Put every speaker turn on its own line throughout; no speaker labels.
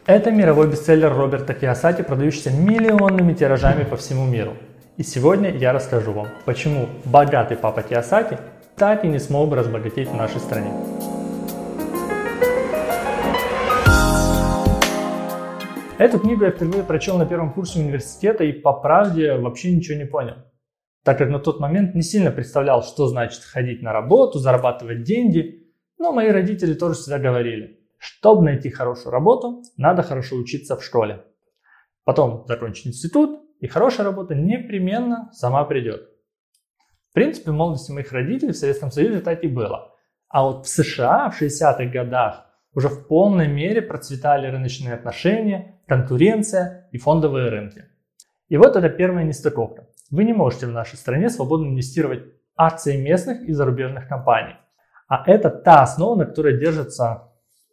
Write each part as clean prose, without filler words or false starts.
Это мировой бестселлер Роберта Кийосаки, продающийся миллионными тиражами по всему миру. И сегодня я расскажу вам, почему богатый папа Кийосаки так и не смог бы разбогатеть в нашей стране. Эту книгу я впервые прочел на первом курсе университета и по правде вообще ничего не понял, так как на тот момент не сильно представлял, что значит ходить на работу, зарабатывать деньги, но мои родители тоже всегда говорили, чтобы найти хорошую работу, надо хорошо учиться в школе. Потом закончить институт, и хорошая работа непременно сама придет. В принципе, в молодости моих родителей в Советском Союзе так и было. А вот в США в 60-х годах уже в полной мере процветали рыночные отношения, конкуренция и фондовые рынки. И вот это первая нестыковка. Вы не можете в нашей стране свободно инвестировать акции местных и зарубежных компаний. А это та основа, на которой держится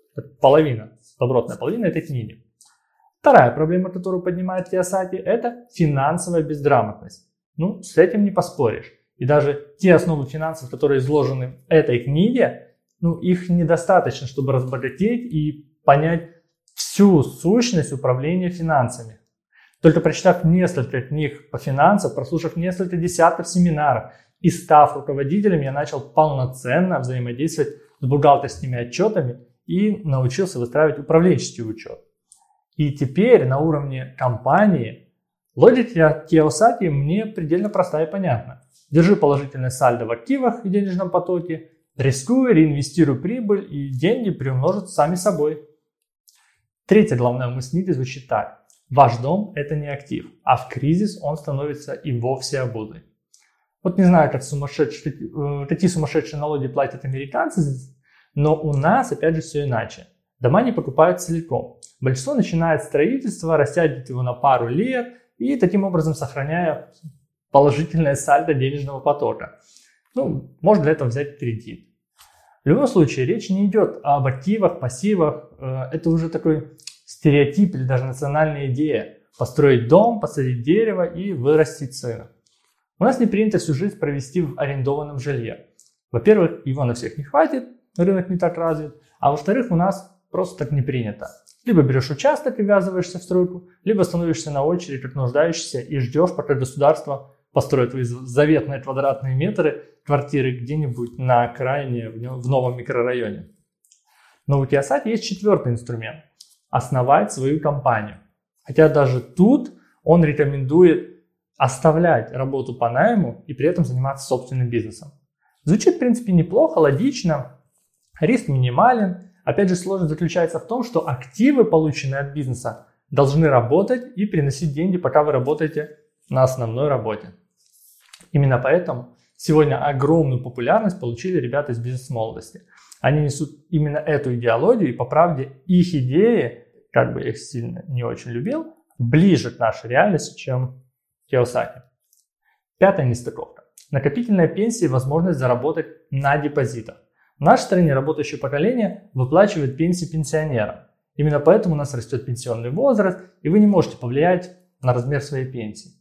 добротная половина этой книги. Вторая проблема, которую поднимает Кийосаки, это финансовая безграмотность. С этим не поспоришь. И даже те основы финансов, которые изложены в этой книге, их недостаточно, чтобы разбогатеть и понять всю сущность управления финансами. Только прочитав несколько книг по финансам, прослушав несколько десятков семинаров и став руководителем, я начал полноценно взаимодействовать с бухгалтерскими отчетами и научился выстраивать управленческий учет. И теперь на уровне компании логика Кийосаки мне предельно простая и понятна. Держи положительное сальдо в активах и денежном потоке, рискуй, реинвестируй прибыль, и деньги приумножатся сами собой. Третья главная мысль книги звучит так. Ваш дом – это не актив, а в кризис он становится и вовсе обузой. Вот не знаю, какие сумасшедшие налоги платят американцы, но у нас, опять же, все иначе. Дома не покупают целиком. Большинство начинает строительство, растягивает его на пару лет и таким образом сохраняя положительное сальдо денежного потока. Можно для этого взять кредит. В любом случае, речь не идет об активах, пассивах. Это уже такой стереотип или даже национальная идея. Построить дом, посадить дерево и вырастить сына. У нас не принято всю жизнь провести в арендованном жилье. Во-первых, его на всех не хватит, рынок не так развит. А во-вторых, у нас просто так не принято. Либо берешь участок и ввязываешься в стройку, либо становишься на очередь как нуждающийся и ждешь, пока государство построит твои заветные квадратные метры квартиры где-нибудь на окраине в новом микрорайоне. Но у Кийосаки есть четвертый инструмент – основать свою компанию. Хотя даже тут он рекомендует оставлять работу по найму и при этом заниматься собственным бизнесом. Звучит, в принципе, неплохо, логично, риск минимален. Опять же, сложность заключается в том, что активы, полученные от бизнеса, должны работать и приносить деньги, пока вы работаете на основной работе. Именно поэтому сегодня огромную популярность получили ребята из бизнес-молодости. Они несут именно эту идеологию, и по правде их идеи, как бы я их сильно не очень любил, ближе к нашей реальности, чем Кийосаки. Пятая нестыковка. Накопительная пенсия и возможность заработать на депозитах. В нашей стране работающее поколение выплачивает пенсии пенсионерам. Именно поэтому у нас растет пенсионный возраст, и вы не можете повлиять на размер своей пенсии.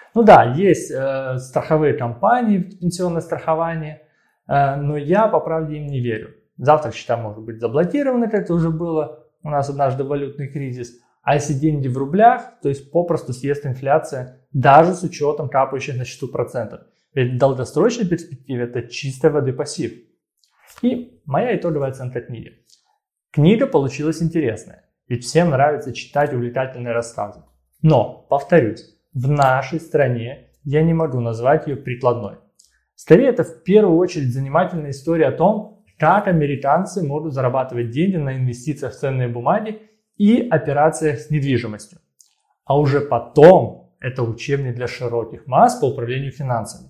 Есть страховые компании, пенсионное страхование, но я по правде им не верю. Завтра счета может быть заблокированы, как это уже было у нас однажды валютный кризис. А если деньги в рублях, то есть попросту съест инфляция, даже с учетом капающих на счету процентов. Ведь в долгосрочной перспективе это чистой воды пассив. И моя итоговая оценка книги. Книга получилась интересная, ведь всем нравится читать увлекательные рассказы. Но, повторюсь, в нашей стране я не могу назвать ее прикладной. Скорее, это в первую очередь занимательная история о том, как американцы могут зарабатывать деньги на инвестициях в ценные бумаги и операциях с недвижимостью. А уже потом это учебник для широких масс по управлению финансами.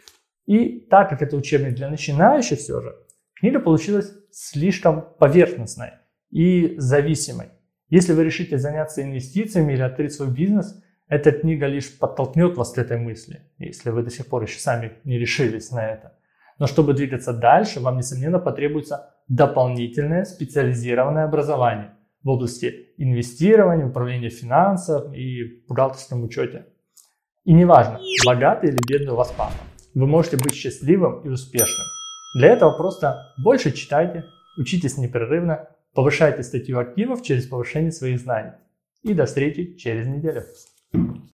И так как это учебник для начинающих все же, книга получилась слишком поверхностной и зависимой. Если вы решите заняться инвестициями или открыть свой бизнес, эта книга лишь подтолкнет вас к этой мысли, если вы до сих пор еще сами не решились на это. Но чтобы двигаться дальше, вам, несомненно, потребуется дополнительное специализированное образование в области инвестирования, управления финансов и бухгалтерском учете. И неважно, богатый или бедный у вас папа, вы можете быть счастливым и успешным. Для этого просто больше читайте, учитесь непрерывно, Повышайте статью активов через повышение своих знаний. И до встречи через неделю.